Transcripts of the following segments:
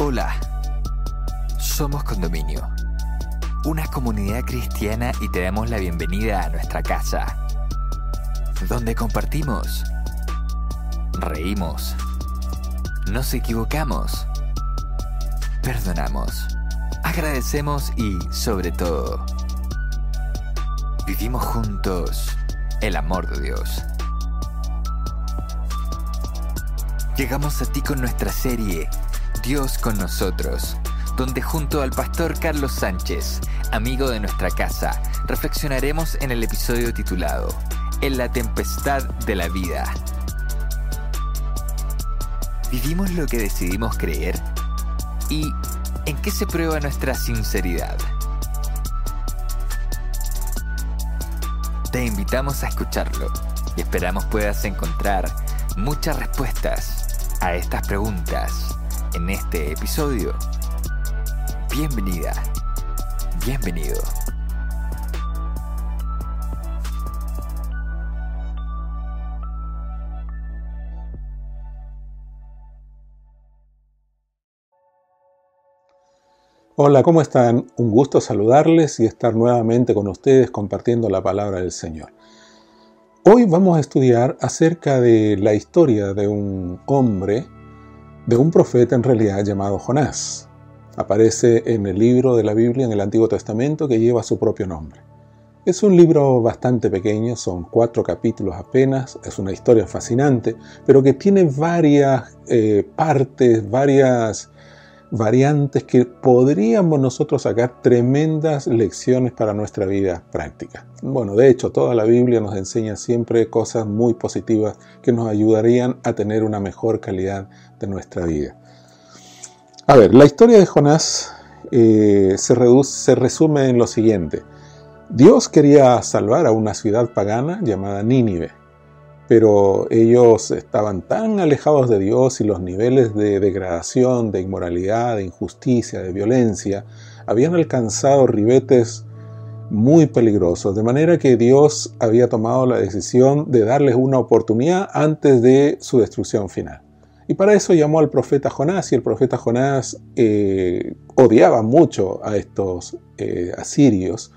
Hola, somos Condominio, una comunidad cristiana, y te damos la bienvenida a nuestra casa, donde compartimos, reímos, nos equivocamos, perdonamos, agradecemos y, sobre todo, vivimos juntos el amor de Dios. Llegamos a ti con nuestra serie Dios con nosotros, donde junto al pastor Carlos Sánchez, amigo de nuestra casa, reflexionaremos en el episodio titulado En la tempestad de la vida. ¿Vivimos lo que decidimos creer? ¿Y en qué se prueba nuestra sinceridad? Te invitamos a escucharlo y esperamos puedas encontrar muchas respuestas a estas preguntas en este episodio. Bienvenida, bienvenido. Hola, ¿cómo están? Un gusto saludarles y estar nuevamente con ustedes compartiendo la palabra del Señor. Hoy vamos a estudiar acerca de la historia de un hombre, de un profeta en realidad llamado Jonás. Aparece en el libro de la Biblia en el Antiguo Testamento que lleva su propio nombre. Es un libro bastante pequeño, son 4 capítulos apenas, es una historia fascinante, pero que tiene varias partes, varias variantes que podríamos nosotros sacar tremendas lecciones para nuestra vida práctica. Bueno, de hecho, toda la Biblia nos enseña siempre cosas muy positivas que nos ayudarían a tener una mejor calidad de nuestra vida. A ver, la historia de Jonás se resume en lo siguiente. Dios quería salvar a una ciudad pagana llamada Nínive, pero ellos estaban tan alejados de Dios y los niveles de degradación, de inmoralidad, de injusticia, de violencia, habían alcanzado ribetes muy peligrosos, de manera que Dios había tomado la decisión de darles una oportunidad antes de su destrucción final. Y para eso llamó al profeta Jonás, y el profeta Jonás odiaba mucho a estos asirios,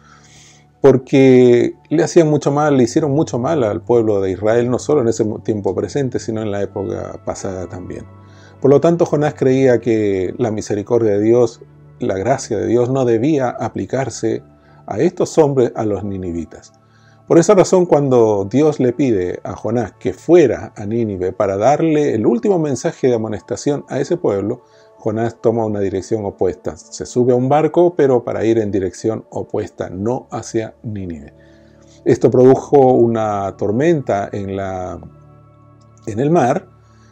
porque le hacían mucho mal, le hicieron mucho mal al pueblo de Israel, no solo en ese tiempo presente, sino en la época pasada también. Por lo tanto, Jonás creía que la misericordia de Dios, la gracia de Dios, no debía aplicarse a estos hombres, a los ninivitas. Por esa razón, cuando Dios le pide a Jonás que fuera a Nínive para darle el último mensaje de amonestación a ese pueblo, Jonás toma una dirección opuesta. Se sube a un barco, pero para ir en dirección opuesta, no hacia Nínive. Esto produjo una tormenta en el mar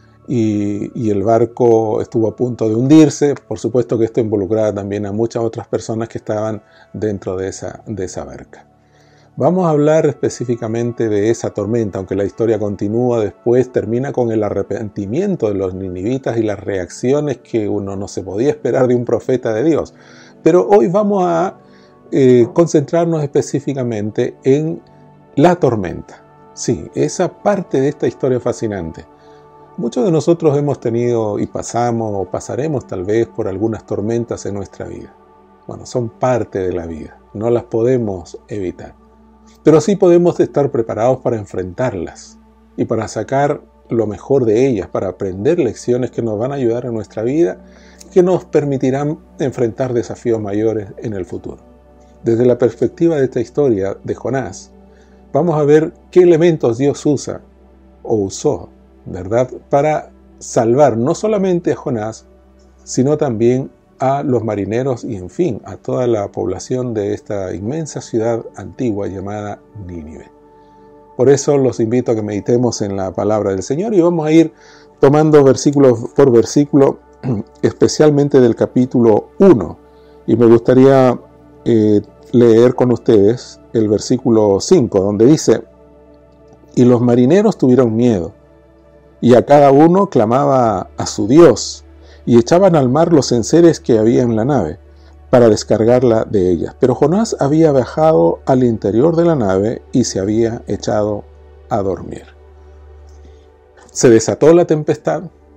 y el barco estuvo a punto de hundirse. Por supuesto que esto involucraba también a muchas otras personas que estaban dentro de esa barca. Vamos a hablar específicamente de esa tormenta, aunque la historia continúa después, termina con el arrepentimiento de los ninivitas y las reacciones que uno no se podía esperar de un profeta de Dios. Pero hoy vamos a concentrarnos específicamente en la tormenta. Sí, esa parte de esta historia fascinante. Muchos de nosotros hemos tenido y pasamos o pasaremos tal vez por algunas tormentas en nuestra vida. Bueno, son parte de la vida, no las podemos evitar. Pero sí podemos estar preparados para enfrentarlas y para sacar lo mejor de ellas, para aprender lecciones que nos van a ayudar en nuestra vida y que nos permitirán enfrentar desafíos mayores en el futuro. Desde la perspectiva de esta historia de Jonás, vamos a ver qué elementos Dios usa o usó, ¿verdad?, para salvar no solamente a Jonás, sino también a los marineros y, en fin, a toda la población de esta inmensa ciudad antigua llamada Nínive. Por eso los invito a que meditemos en la palabra del Señor y vamos a ir tomando versículo por versículo, especialmente del capítulo 1. Y me gustaría leer con ustedes el versículo 5, donde dice: «Y los marineros tuvieron miedo, y a cada uno clamaba a su Dios, y echaban al mar los enseres que había en la nave, para descargarla de ellas. Pero Jonás había bajado al interior de la nave y se había echado a dormir». Se desató la tempestad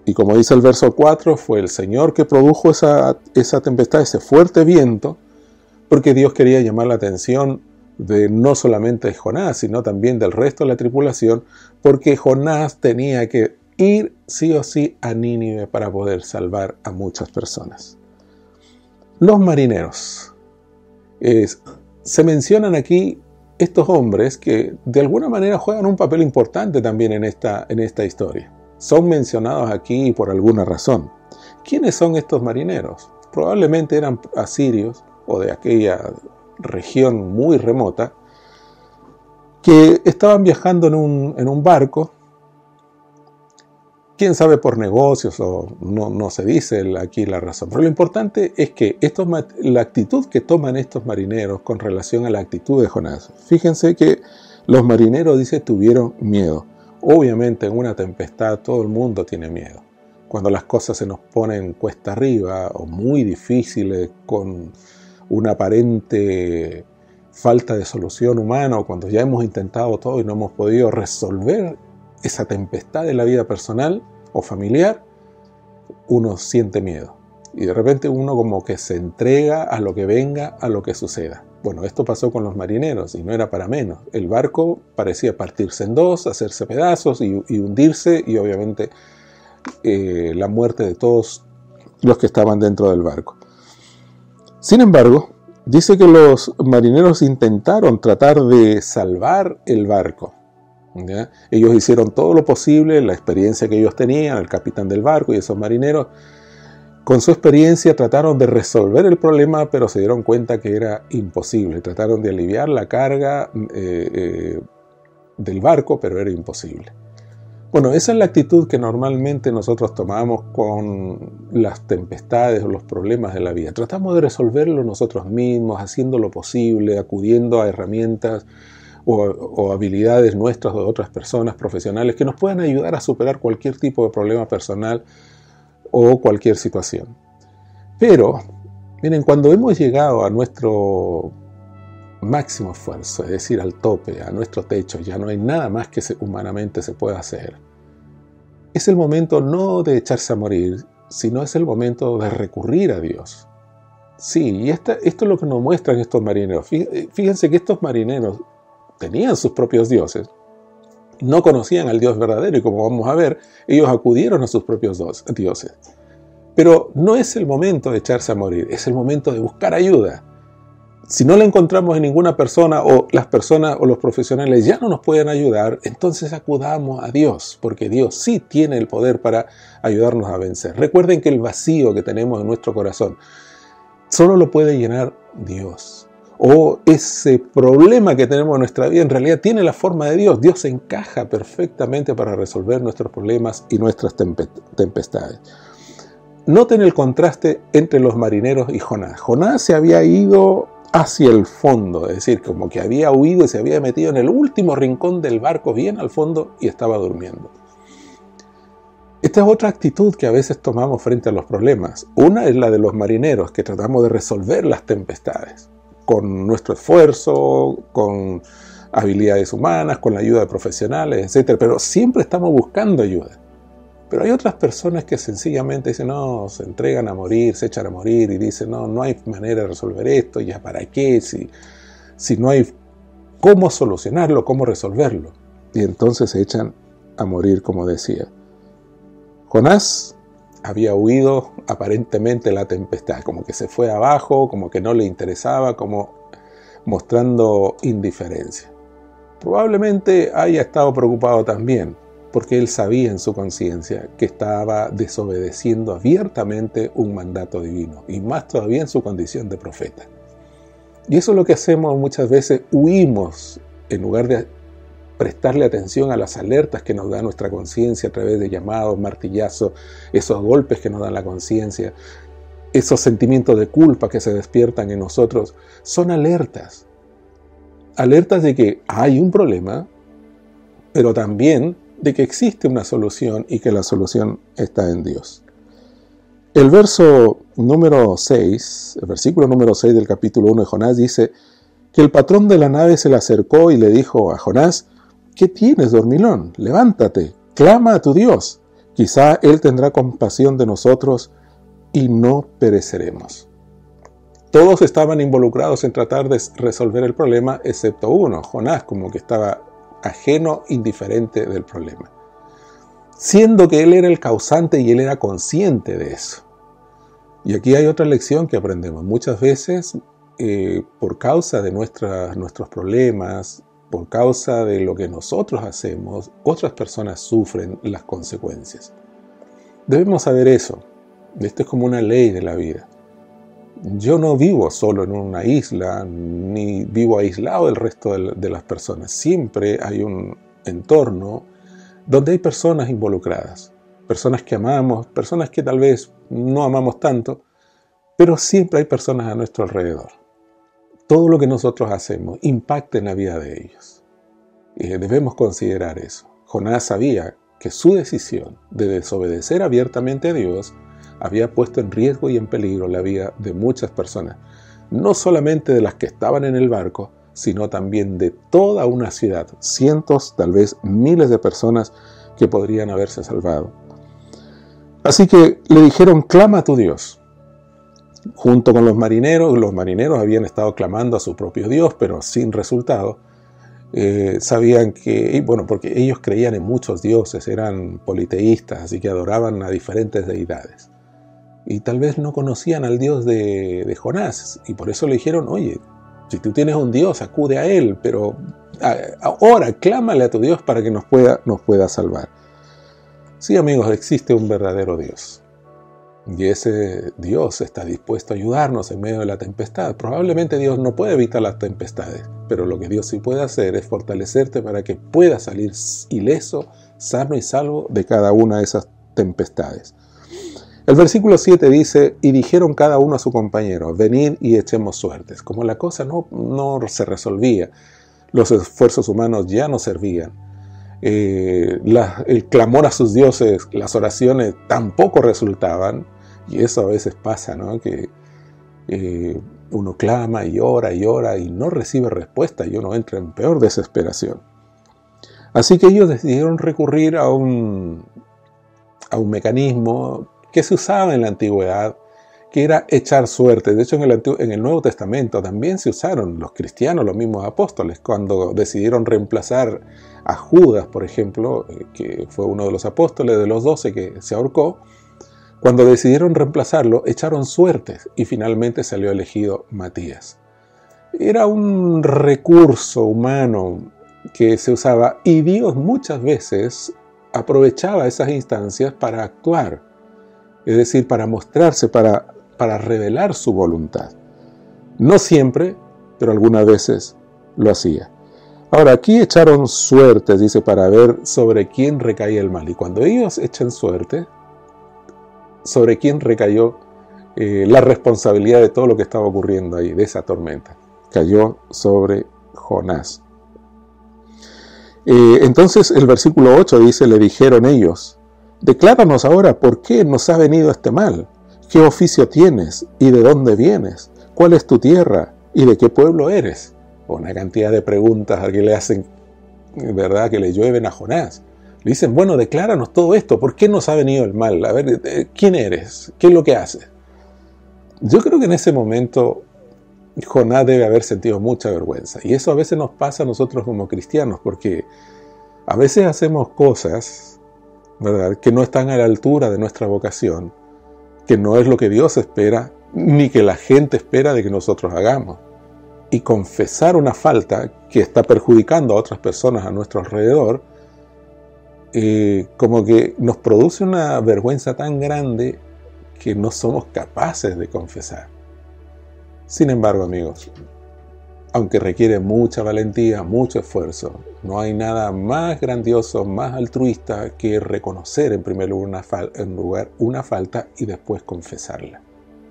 Y como dice el verso 4, fue el Señor que produjo esa tempestad, ese fuerte viento, porque Dios quería llamar la atención de no solamente de Jonás, sino también del resto de la tripulación, porque Jonás tenía que ir sí o sí a Nínive para poder salvar a muchas personas. Los marineros. Se mencionan aquí estos hombres que de alguna manera juegan un papel importante también en esta historia. Son mencionados aquí por alguna razón. ¿Quiénes son estos marineros? Probablemente eran asirios o de aquella región muy remota que estaban viajando en un barco, quién sabe por negocios o no se dice aquí la razón. Pero lo importante es que la actitud que toman estos marineros con relación a la actitud de Jonás. Fíjense que los marineros, dice, tuvieron miedo. Obviamente en una tempestad todo el mundo tiene miedo. Cuando las cosas se nos ponen cuesta arriba o muy difíciles con una aparente falta de solución humana, o cuando ya hemos intentado todo y no hemos podido resolver esa tempestad de la vida personal o familiar, uno siente miedo. Y de repente uno como que se entrega a lo que venga, a lo que suceda. Bueno, esto pasó con los marineros y no era para menos. El barco parecía partirse en dos, hacerse pedazos y hundirse, y obviamente la muerte de todos los que estaban dentro del barco. Sin embargo, dice que los marineros intentaron tratar de salvar el barco. ¿Ya? Ellos hicieron todo lo posible, la experiencia que ellos tenían, el capitán del barco y esos marineros, con su experiencia trataron de resolver el problema, pero se dieron cuenta que era imposible. Trataron de aliviar la carga del barco, pero era imposible. Bueno, esa es la actitud que normalmente nosotros tomamos con las tempestades o los problemas de la vida. Tratamos de resolverlo nosotros mismos, haciendo lo posible, acudiendo a herramientas o habilidades nuestras o de otras personas profesionales que nos puedan ayudar a superar cualquier tipo de problema personal o cualquier situación. Pero, miren, cuando hemos llegado a nuestro máximo esfuerzo, es decir, al tope, a nuestro techo, ya no hay nada más que humanamente se pueda hacer, es el momento no de echarse a morir, sino es el momento de recurrir a Dios. Sí, y esto es lo que nos muestran estos marineros. Fíjense que estos marineros tenían sus propios dioses, no conocían al Dios verdadero y, como vamos a ver, ellos acudieron a sus propios dioses. Pero no es el momento de echarse a morir, es el momento de buscar ayuda. Si no la encontramos en ninguna persona, o las personas o los profesionales ya no nos pueden ayudar, entonces acudamos a Dios, porque Dios sí tiene el poder para ayudarnos a vencer. Recuerden que el vacío que tenemos en nuestro corazón solo lo puede llenar Dios. O ese problema que tenemos en nuestra vida en realidad tiene la forma de Dios. Dios se encaja perfectamente para resolver nuestros problemas y nuestras tempestades. Noten el contraste entre los marineros y Jonás. Jonás se había ido hacia el fondo, es decir, como que había huido y se había metido en el último rincón del barco, bien al fondo, y estaba durmiendo. Esta es otra actitud que a veces tomamos frente a los problemas. Una es la de los marineros, que tratamos de resolver las tempestades con nuestro esfuerzo, con habilidades humanas, con la ayuda de profesionales, etc. Pero siempre estamos buscando ayuda. Pero hay otras personas que sencillamente dicen, no, se entregan a morir, se echan a morir y dicen, no hay manera de resolver esto, ya para qué, si no hay cómo solucionarlo, cómo resolverlo. Y entonces se echan a morir, como decía. Jonás había huido aparentemente la tempestad, como que se fue abajo, como que no le interesaba, como mostrando indiferencia. Probablemente haya estado preocupado también, porque él sabía en su conciencia que estaba desobedeciendo abiertamente un mandato divino, y más todavía en su condición de profeta. Y eso es lo que hacemos muchas veces, huimos en lugar de prestarle atención a las alertas que nos da nuestra conciencia a través de llamados, martillazos, esos golpes que nos dan la conciencia, esos sentimientos de culpa que se despiertan en nosotros, son alertas. Alertas de que hay un problema, pero también de que existe una solución y que la solución está en Dios. El verso número 6, el versículo número 6 del capítulo 1 de Jonás dice que el patrón de la nave se le acercó y le dijo a Jonás, ¿qué tienes, dormilón? Levántate, clama a tu Dios. Quizá Él tendrá compasión de nosotros y no pereceremos. Todos estaban involucrados en tratar de resolver el problema, excepto uno, Jonás, como que estaba ajeno, indiferente del problema. Siendo que él era el causante y él era consciente de eso. Y aquí hay otra lección que aprendemos. Muchas veces, por causa de nuestros problemas, por causa de lo que nosotros hacemos, otras personas sufren las consecuencias. Debemos saber eso. Esto es como una ley de la vida. Yo no vivo solo en una isla, ni vivo aislado del resto de las personas. Siempre hay un entorno donde hay personas involucradas. Personas que amamos, personas que tal vez no amamos tanto, pero siempre hay personas a nuestro alrededor. Todo lo que nosotros hacemos impacta en la vida de ellos. Debemos considerar eso. Jonás sabía que su decisión de desobedecer abiertamente a Dios había puesto en riesgo y en peligro la vida de muchas personas, no solamente de las que estaban en el barco, sino también de toda una ciudad, cientos, tal vez miles de personas que podrían haberse salvado. Así que le dijeron, clama a tu Dios. Junto con los marineros habían estado clamando a su propio Dios, pero sin resultado. Sabían que, porque ellos creían en muchos dioses, eran politeístas, así que adoraban a diferentes deidades. Y tal vez no conocían al Dios de Jonás, y por eso le dijeron, oye, si tú tienes un Dios, acude a Él, pero ahora clámale a tu Dios para que nos pueda salvar. Sí, amigos, existe un verdadero Dios. Y ese Dios está dispuesto a ayudarnos en medio de la tempestad. Probablemente Dios no puede evitar las tempestades, pero lo que Dios sí puede hacer es fortalecerte para que puedas salir ileso, sano y salvo de cada una de esas tempestades. El versículo 7 dice, y dijeron cada uno a su compañero, venid y echemos suertes. Como la cosa no se resolvía, los esfuerzos humanos ya no servían. El clamor a sus dioses, las oraciones tampoco resultaban, y eso a veces pasa, ¿no? Que uno clama y ora y no recibe respuesta y uno entra en peor desesperación. Así que ellos decidieron recurrir a un mecanismo que se usaba en la antigüedad, que era echar suertes. De hecho, en el Nuevo Testamento también se usaron los cristianos, los mismos apóstoles, cuando decidieron reemplazar a Judas, por ejemplo, que fue uno de los apóstoles de los 12 que se ahorcó. Cuando decidieron reemplazarlo, echaron suertes y finalmente salió elegido Matías. Era un recurso humano que se usaba y Dios muchas veces aprovechaba esas instancias para actuar, es decir, para mostrarse, para revelar su voluntad. No siempre, pero algunas veces lo hacía. Ahora, aquí echaron suertes, dice, para ver sobre quién recaía el mal. Y cuando ellos echan suerte, sobre quién recayó la responsabilidad de todo lo que estaba ocurriendo ahí, de esa tormenta. Cayó sobre Jonás. Entonces el versículo 8 dice, le dijeron ellos, decláranos ahora por qué nos ha venido este mal, qué oficio tienes y de dónde vienes, cuál es tu tierra y de qué pueblo eres. Una cantidad de preguntas que le hacen, ¿verdad?, que le llueven a Jonás. Le dicen, bueno, decláranos todo esto, ¿por qué nos ha venido el mal? A ver, ¿quién eres? ¿Qué es lo que haces? Yo creo que en ese momento Jonás debe haber sentido mucha vergüenza. Y eso a veces nos pasa a nosotros como cristianos, porque a veces hacemos cosas, ¿verdad?, que no están a la altura de nuestra vocación, que no es lo que Dios espera, ni que la gente espera de que nosotros hagamos. Y confesar una falta que está perjudicando a otras personas a nuestro alrededor, como que nos produce una vergüenza tan grande que no somos capaces de confesar. Sin embargo, amigos, aunque requiere mucha valentía, mucho esfuerzo, no hay nada más grandioso, más altruista que reconocer en primer lugar una falta y después confesarla.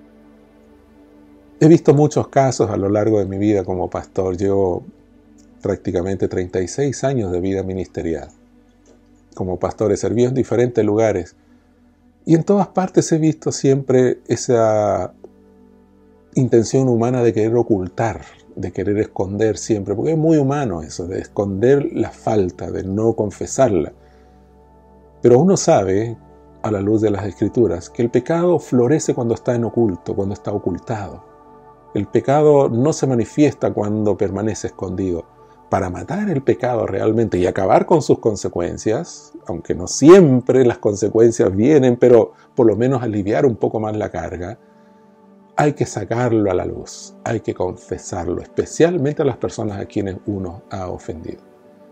He visto muchos casos a lo largo de mi vida como pastor. Llevo prácticamente 36 años de vida ministerial. Como pastor he servido en diferentes lugares y en todas partes he visto siempre esa intención humana de querer ocultar, de querer esconder siempre, porque es muy humano eso, de esconder la falta, de no confesarla. Pero uno sabe a la luz de las Escrituras, que el pecado florece cuando está en oculto, cuando está ocultado. El pecado no se manifiesta cuando permanece escondido. Para matar el pecado realmente y acabar con sus consecuencias, aunque no siempre las consecuencias vienen, pero por lo menos aliviar un poco más la carga, hay que sacarlo a la luz, hay que confesarlo, especialmente a las personas a quienes uno ha ofendido.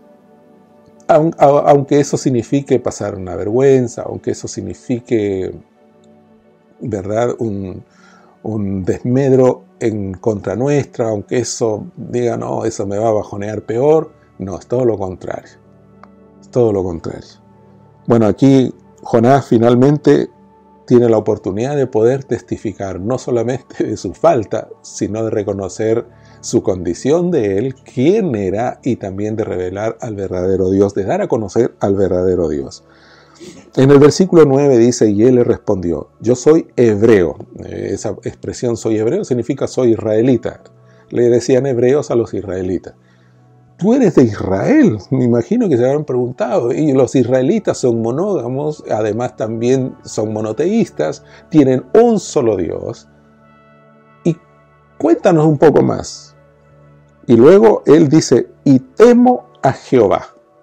Aunque eso signifique pasar una vergüenza, aunque eso signifique, ¿verdad?, un desmedro en contra nuestra, aunque eso diga, no, eso me va a bajonear peor. No, es todo lo contrario. Es todo lo contrario. Bueno, aquí Jonás finalmente tiene la oportunidad de poder testificar no solamente de su falta, sino de reconocer su condición de él, quién era, y también de revelar al verdadero Dios, de dar a conocer al verdadero Dios. En el versículo 9 dice, y él le respondió, yo soy hebreo. Esa expresión soy hebreo significa soy israelita. Le decían hebreos a los israelitas. Tú eres de Israel. Me imagino que se habrán preguntado. Y los israelitas son monógamos, además también son monoteístas, tienen un solo Dios. Y cuéntanos un poco más. Y luego él dice, y temo a Jehová.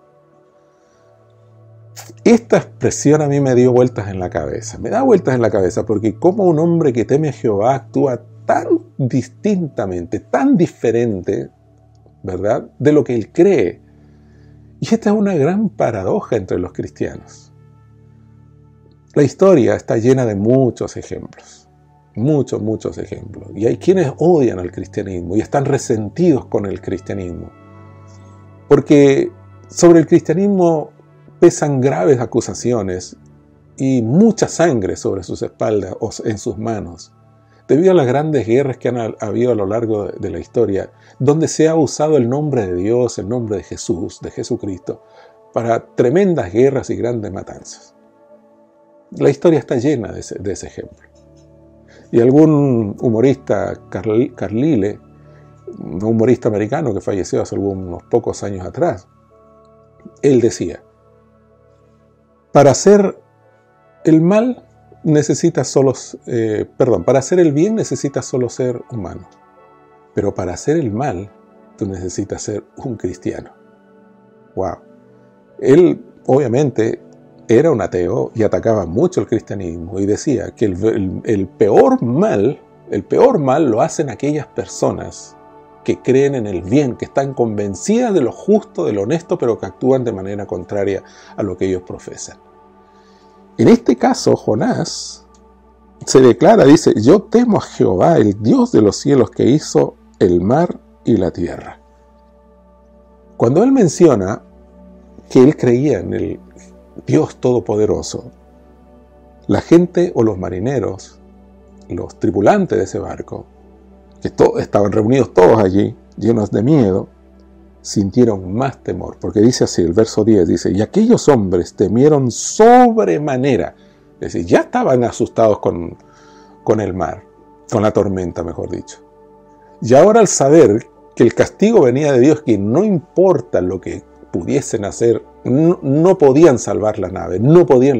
Esta expresión a mí me dio vueltas en la cabeza. Me da vueltas en la cabeza porque como un hombre que teme a Jehová actúa tan distintamente, tan diferente, ¿verdad?, de lo que él cree. Y esta es una gran paradoja entre los cristianos. La historia está llena de muchos ejemplos. Muchos ejemplos. Y hay quienes odian al cristianismo y están resentidos con el cristianismo. Porque sobre el cristianismo pesan graves acusaciones y mucha sangre sobre sus espaldas o en sus manos, debido a las grandes guerras que han habido a lo largo de la historia, donde se ha usado el nombre de Dios, el nombre de Jesús, de Jesucristo, para tremendas guerras y grandes matanzas. La historia está llena de ese ejemplo. Y algún humorista, Carlile, un humorista americano que falleció hace unos pocos años atrás, él decía, para hacer el mal para hacer el bien necesitas solo ser humano. Pero para hacer el mal, tú necesitas ser un cristiano. ¡Wow! Él, obviamente, era un ateo y atacaba mucho el cristianismo y decía que el peor mal lo hacen aquellas personas que creen en el bien, que están convencidas de lo justo, de lo honesto, pero que actúan de manera contraria a lo que ellos profesan. En este caso, Jonás se declara, dice, yo temo a Jehová, el Dios de los cielos que hizo el mar y la tierra. Cuando él menciona que él creía en el Dios Todopoderoso, la gente o los marineros, los tripulantes de ese barco, que estaban reunidos todos allí, llenos de miedo, sintieron más temor, porque dice así, el verso 10 dice, y aquellos hombres temieron sobremanera, es decir, ya estaban asustados con el mar, con la tormenta, mejor dicho. Y ahora al saber que el castigo venía de Dios, que no importa lo que pudiesen hacer, no podían salvar la nave, no podían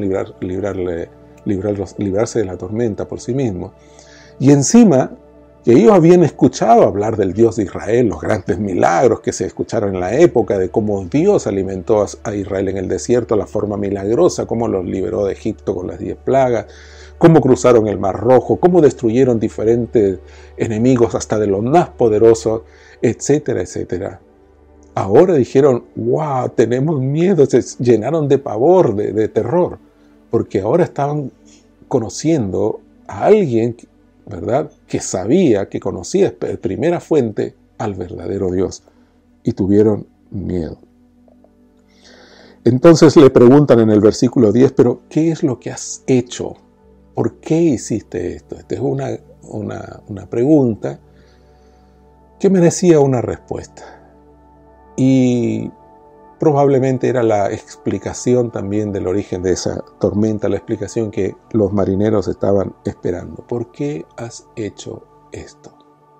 librarse de la tormenta por sí mismos. Y encima, que ellos habían escuchado hablar del Dios de Israel, los grandes milagros que se escucharon en la época, de cómo Dios alimentó a Israel en el desierto, la forma milagrosa, cómo los liberó de Egipto con las 10 plagas, cómo cruzaron el Mar Rojo, cómo destruyeron diferentes enemigos hasta de los más poderosos, etcétera, etcétera. Ahora dijeron, wow, tenemos miedo, se llenaron de pavor, de terror, porque ahora estaban conociendo a alguien, ¿verdad?, que sabía, que conocía de primera fuente al verdadero Dios, y tuvieron miedo. Entonces le preguntan en el versículo 10, pero ¿qué es lo que has hecho? ¿Por qué hiciste esto? Esta es una pregunta que merecía una respuesta. Y probablemente era la explicación también del origen de esa tormenta, la explicación que los marineros estaban esperando. ¿Por qué has hecho esto?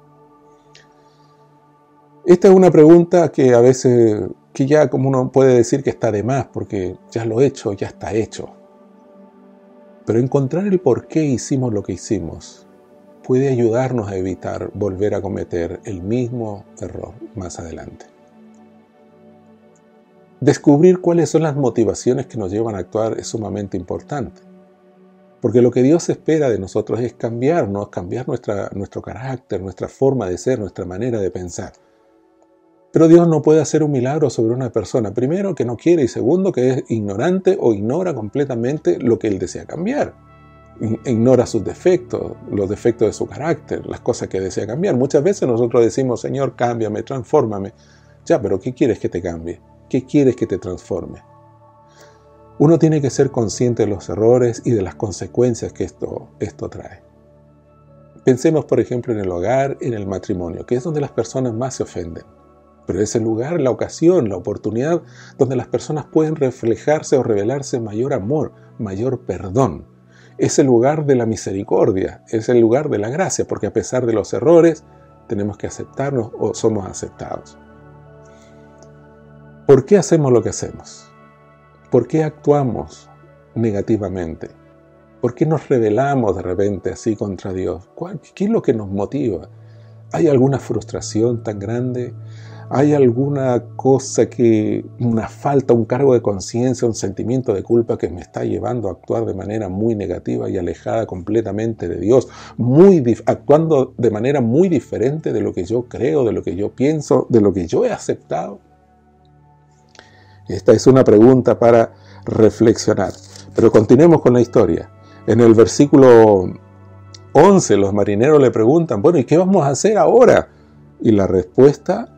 Esta es una pregunta que a veces, que ya como uno puede decir que está de más, porque ya lo he hecho, ya está hecho. Pero encontrar el por qué hicimos lo que hicimos puede ayudarnos a evitar volver a cometer el mismo error más adelante. Descubrir cuáles son las motivaciones que nos llevan a actuar es sumamente importante. Porque lo que Dios espera de nosotros es cambiarnos, cambiar nuestro carácter, nuestra forma de ser, nuestra manera de pensar. Pero Dios no puede hacer un milagro sobre una persona, primero, que no quiere, y segundo, que es ignorante o ignora completamente lo que Él desea cambiar. Ignora sus defectos, los defectos de su carácter, las cosas que desea cambiar. Muchas veces nosotros decimos, Señor, cámbiame, transfórmame. Ya, pero ¿qué quieres que te cambie? ¿Qué quieres que te transforme? Uno tiene que ser consciente de los errores y de las consecuencias que esto trae. Pensemos, por ejemplo, en el hogar, en el matrimonio, que es donde las personas más se ofenden. Pero es el lugar, la ocasión, la oportunidad donde las personas pueden reflejarse o revelarse mayor amor, mayor perdón. Es el lugar de la misericordia, es el lugar de la gracia, porque a pesar de los errores, tenemos que aceptarnos o somos aceptados. ¿Por qué hacemos lo que hacemos? ¿Por qué actuamos negativamente? ¿Por qué nos rebelamos de repente así contra Dios? ¿Qué es lo que nos motiva? ¿Hay alguna frustración tan grande? ¿Hay alguna cosa una falta, un cargo de conciencia, un sentimiento de culpa que me está llevando a actuar de manera muy negativa y alejada completamente de Dios? Actuando de manera muy diferente de lo que yo creo, de lo que yo pienso, de lo que yo he aceptado. Esta es una pregunta para reflexionar. Pero continuemos con la historia. En el versículo 11, los marineros le preguntan, bueno, ¿y qué vamos a hacer ahora? Y la respuesta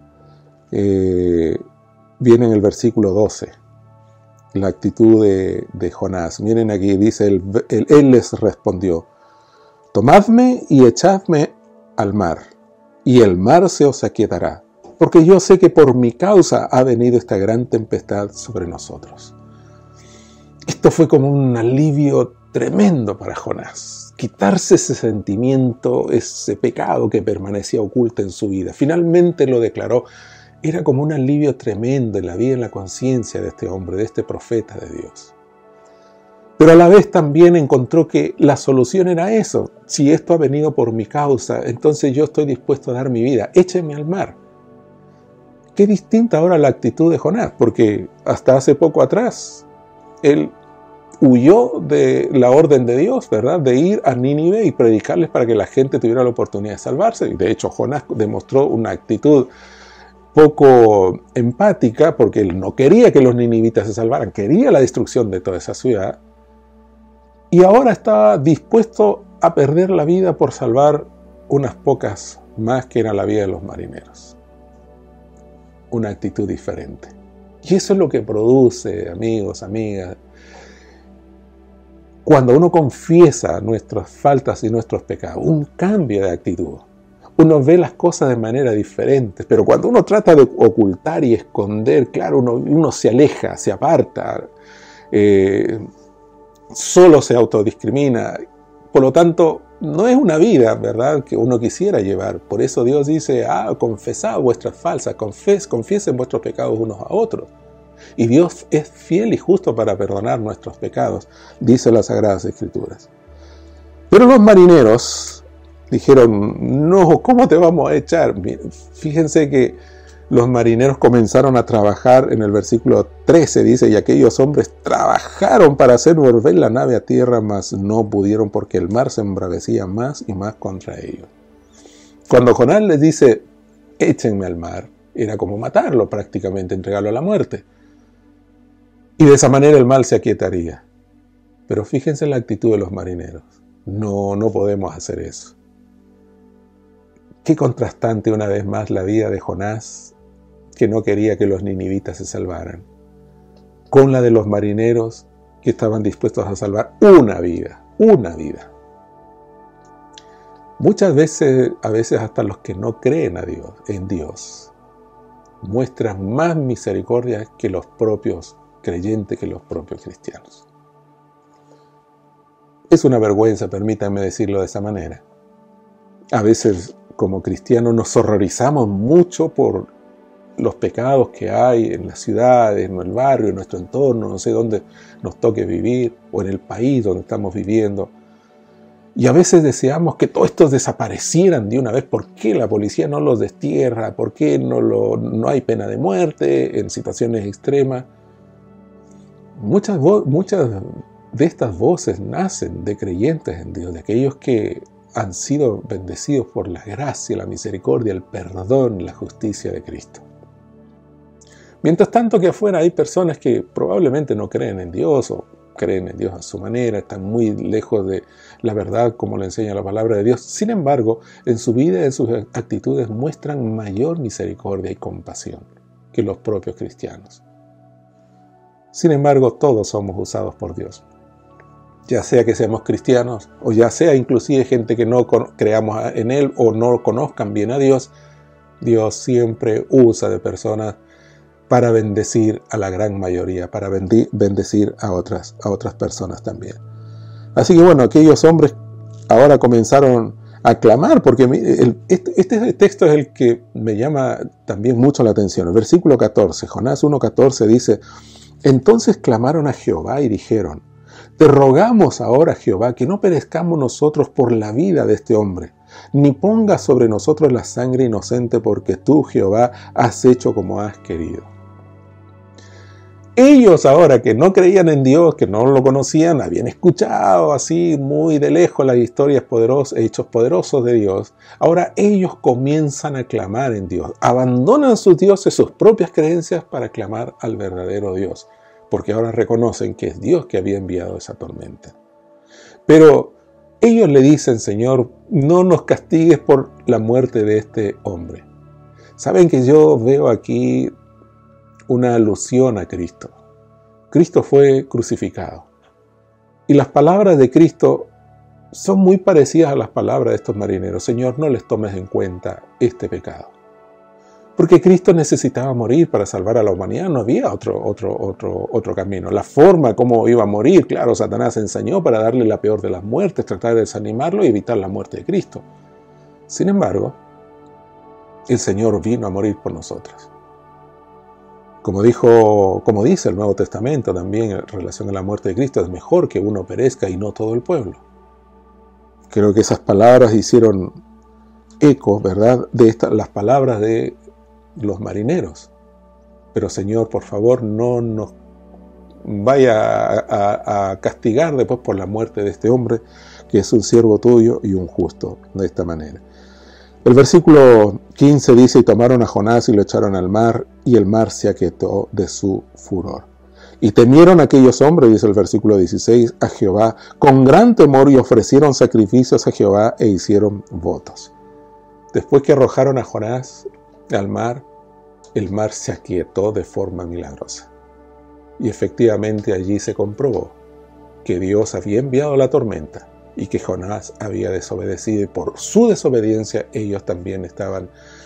viene en el versículo 12. La actitud de Jonás. Miren aquí, dice, él les respondió, tomadme y echadme al mar, y el mar se os aquietará, porque yo sé que por mi causa ha venido esta gran tempestad sobre nosotros. Esto fue como un alivio tremendo para Jonás. Quitarse ese sentimiento, ese pecado que permanecía oculto en su vida. Finalmente lo declaró. Era como un alivio tremendo en la vida y en la conciencia de este hombre, de este profeta de Dios. Pero a la vez también encontró que la solución era eso. Si esto ha venido por mi causa, entonces yo estoy dispuesto a dar mi vida. Écheme al mar. Qué distinta ahora la actitud de Jonás, porque hasta hace poco atrás él huyó de la orden de Dios, ¿verdad? De ir a Nínive y predicarles para que la gente tuviera la oportunidad de salvarse. Y de hecho Jonás demostró una actitud poco empática, porque él no quería que los ninivitas se salvaran, quería la destrucción de toda esa ciudad, y ahora estaba dispuesto a perder la vida por salvar unas pocas más que era la vida de los marineros. Una actitud diferente. Y eso es lo que produce, amigos, amigas, cuando uno confiesa nuestras faltas y nuestros pecados, un cambio de actitud. Uno ve las cosas de manera diferente, pero cuando uno trata de ocultar y esconder, claro, uno se aleja, se aparta, solo se autodiscrimina. Por lo tanto, no es una vida, ¿verdad?, que uno quisiera llevar. Por eso Dios dice, confesad vuestras faltas, confiesen vuestros pecados unos a otros. Y Dios es fiel y justo para perdonar nuestros pecados, dice las Sagradas Escrituras. Pero los marineros dijeron, no, ¿cómo te vamos a echar? Fíjense que los marineros comenzaron a trabajar, en el versículo 13 dice, y aquellos hombres trabajaron para hacer volver la nave a tierra, mas no pudieron porque el mar se embravecía más y más contra ellos. Cuando Jonás les dice, échenme al mar, era como matarlo prácticamente, entregarlo a la muerte. Y de esa manera el mal se aquietaría. Pero fíjense en la actitud de los marineros. No podemos hacer eso. Qué contrastante una vez más la vida de Jonás, que no quería que los ninivitas se salvaran, con la de los marineros que estaban dispuestos a salvar una vida. Muchas veces, a veces hasta los que no creen en Dios, muestran más misericordia que los propios creyentes, que los propios cristianos. Es una vergüenza, permítanme decirlo de esa manera. A veces, como cristianos, nos horrorizamos mucho por los pecados que hay en las ciudades, en el barrio, en nuestro entorno, no sé dónde nos toque vivir, o en el país donde estamos viviendo. Y a veces deseamos que todos estos desaparecieran de una vez. ¿Por qué la policía no los destierra? ¿Por qué no hay pena de muerte en situaciones extremas? Muchas de estas voces nacen de creyentes en Dios, de aquellos que han sido bendecidos por la gracia, la misericordia, el perdón, la justicia de Cristo. Mientras tanto que afuera hay personas que probablemente no creen en Dios o creen en Dios a su manera, están muy lejos de la verdad como le enseña la palabra de Dios. Sin embargo, en su vida y en sus actitudes muestran mayor misericordia y compasión que los propios cristianos. Sin embargo, todos somos usados por Dios. Ya sea que seamos cristianos, o ya sea inclusive gente que no creamos en Él o no conozcan bien a Dios, Dios siempre usa de personas para bendecir a la gran mayoría, para bendecir a otras personas también. Así que bueno, aquellos hombres ahora comenzaron a clamar, porque este texto es el que me llama también mucho la atención. El versículo 14, Jonás 1:14 dice: entonces clamaron a Jehová y dijeron: te rogamos ahora, Jehová, que no perezcamos nosotros por la vida de este hombre, ni pongas sobre nosotros la sangre inocente, porque tú, Jehová, has hecho como has querido. Ellos ahora que no creían en Dios, que no lo conocían, habían escuchado así muy de lejos las historias hechos poderosos de Dios. Ahora ellos comienzan a clamar en Dios, abandonan sus dioses, sus propias creencias para clamar al verdadero Dios, porque ahora reconocen que es Dios que había enviado esa tormenta. Pero ellos le dicen: Señor, no nos castigues por la muerte de este hombre. Saben que yo veo aquí una alusión a Cristo. Cristo fue crucificado. Y las palabras de Cristo son muy parecidas a las palabras de estos marineros. Señor, no les tomes en cuenta este pecado. Porque Cristo necesitaba morir para salvar a la humanidad. No había otro camino. La forma como iba a morir, claro, Satanás enseñó para darle la peor de las muertes, tratar de desanimarlo y evitar la muerte de Cristo. Sin embargo, el Señor vino a morir por nosotros. Como dice el Nuevo Testamento también en relación a la muerte de Cristo, es mejor que uno perezca y no todo el pueblo. Creo que esas palabras hicieron eco, ¿verdad?, de las palabras de los marineros. Pero Señor, por favor, no nos vaya a castigar después por la muerte de este hombre, que es un siervo tuyo y un justo, de esta manera. El versículo 15 dice: y tomaron a Jonás y lo echaron al mar, y el mar se aquietó de su furor. Y temieron aquellos hombres, dice el versículo 16, a Jehová con gran temor, y ofrecieron sacrificios a Jehová e hicieron votos. Después que arrojaron a Jonás al mar, el mar se aquietó de forma milagrosa. Y efectivamente allí se comprobó que Dios había enviado la tormenta y que Jonás había desobedecido, y por su desobediencia ellos también estaban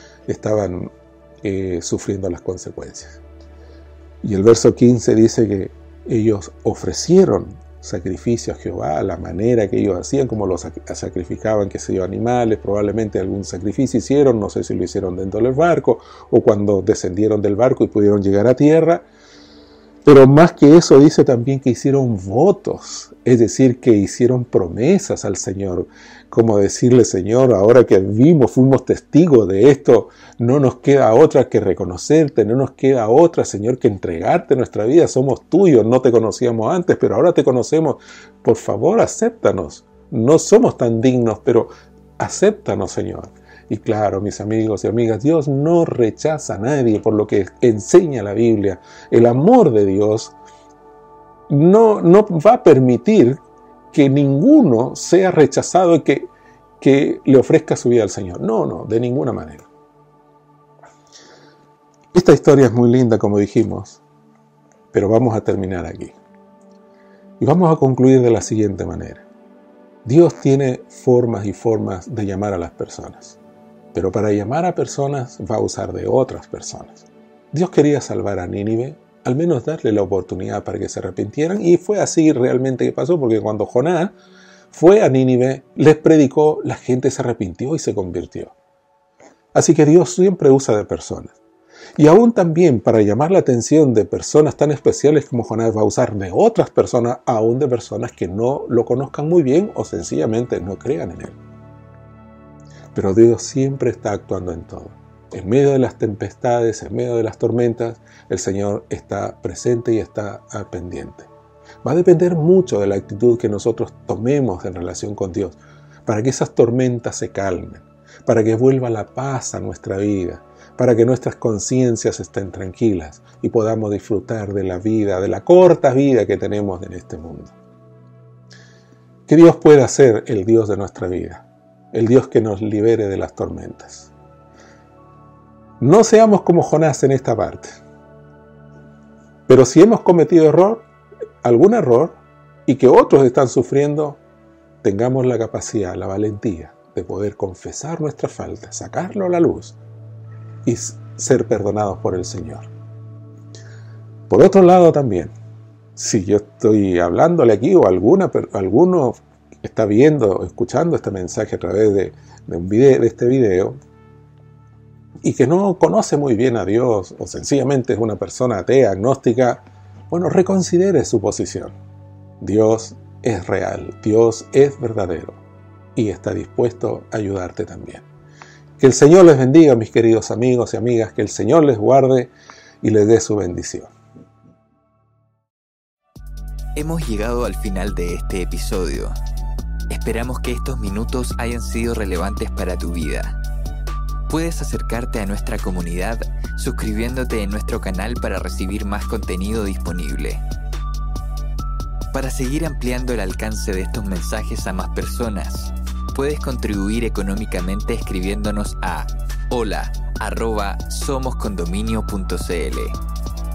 sufriendo las consecuencias. Y el verso 15 dice que ellos ofrecieron sacrificio a Jehová a la manera que ellos hacían, como los sacrificaban, que se yo, animales, probablemente algún sacrificio hicieron, no sé si lo hicieron dentro del barco o cuando descendieron del barco y pudieron llegar a tierra. Pero más que eso, dice también que hicieron votos, es decir, que hicieron promesas al Señor, como decirle: Señor, ahora que fuimos testigos de esto, no nos queda otra que reconocerte, no nos queda otra, Señor, que entregarte nuestra vida. Somos tuyos, no te conocíamos antes, pero ahora te conocemos. Por favor, acéptanos. No somos tan dignos, pero acéptanos, Señor. Y claro, mis amigos y amigas, Dios no rechaza a nadie, por lo que enseña la Biblia. El amor de Dios no va a permitir que ninguno sea rechazado y que le ofrezca su vida al Señor. No, de ninguna manera. Esta historia es muy linda, como dijimos, pero vamos a terminar aquí. Y vamos a concluir de la siguiente manera. Dios tiene formas y formas de llamar a las personas. Pero para llamar a personas va a usar de otras personas. Dios quería salvar a Nínive, al menos darle la oportunidad para que se arrepintieran, y fue así realmente que pasó, porque cuando Jonás fue a Nínive, les predicó, la gente se arrepintió y se convirtió. Así que Dios siempre usa de personas. Y aún también para llamar la atención de personas tan especiales como Jonás va a usar de otras personas, aún de personas que no lo conozcan muy bien o sencillamente no crean en él. Pero Dios siempre está actuando en todo. En medio de las tempestades, en medio de las tormentas, el Señor está presente y está pendiente. Va a depender mucho de la actitud que nosotros tomemos en relación con Dios, para que esas tormentas se calmen, para que vuelva la paz a nuestra vida, para que nuestras conciencias estén tranquilas y podamos disfrutar de la vida, de la corta vida que tenemos en este mundo. Que Dios pueda ser el Dios de nuestra vida, el Dios que nos libere de las tormentas. No seamos como Jonás en esta parte. Pero si hemos cometido algún error, y que otros están sufriendo, tengamos la capacidad, la valentía de poder confesar nuestra falta, sacarlo a la luz y ser perdonados por el Señor. Por otro lado también, si yo estoy hablándole aquí o alguno está viendo o escuchando este mensaje a través de este video y que no conoce muy bien a Dios o sencillamente es una persona atea, agnóstica, bueno, reconsidere su posición. Dios es real, Dios es verdadero y está dispuesto a ayudarte también. Que el Señor les bendiga, mis queridos amigos y amigas, que el Señor les guarde y les dé su bendición. Hemos llegado al final de este episodio. Esperamos que estos minutos hayan sido relevantes para tu vida. Puedes acercarte a nuestra comunidad suscribiéndote en nuestro canal para recibir más contenido disponible. Para seguir ampliando el alcance de estos mensajes a más personas, puedes contribuir económicamente escribiéndonos a hola@somoscondominio.cl.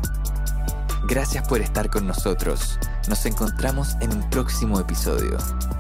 Gracias por estar con nosotros. Nos encontramos en un próximo episodio.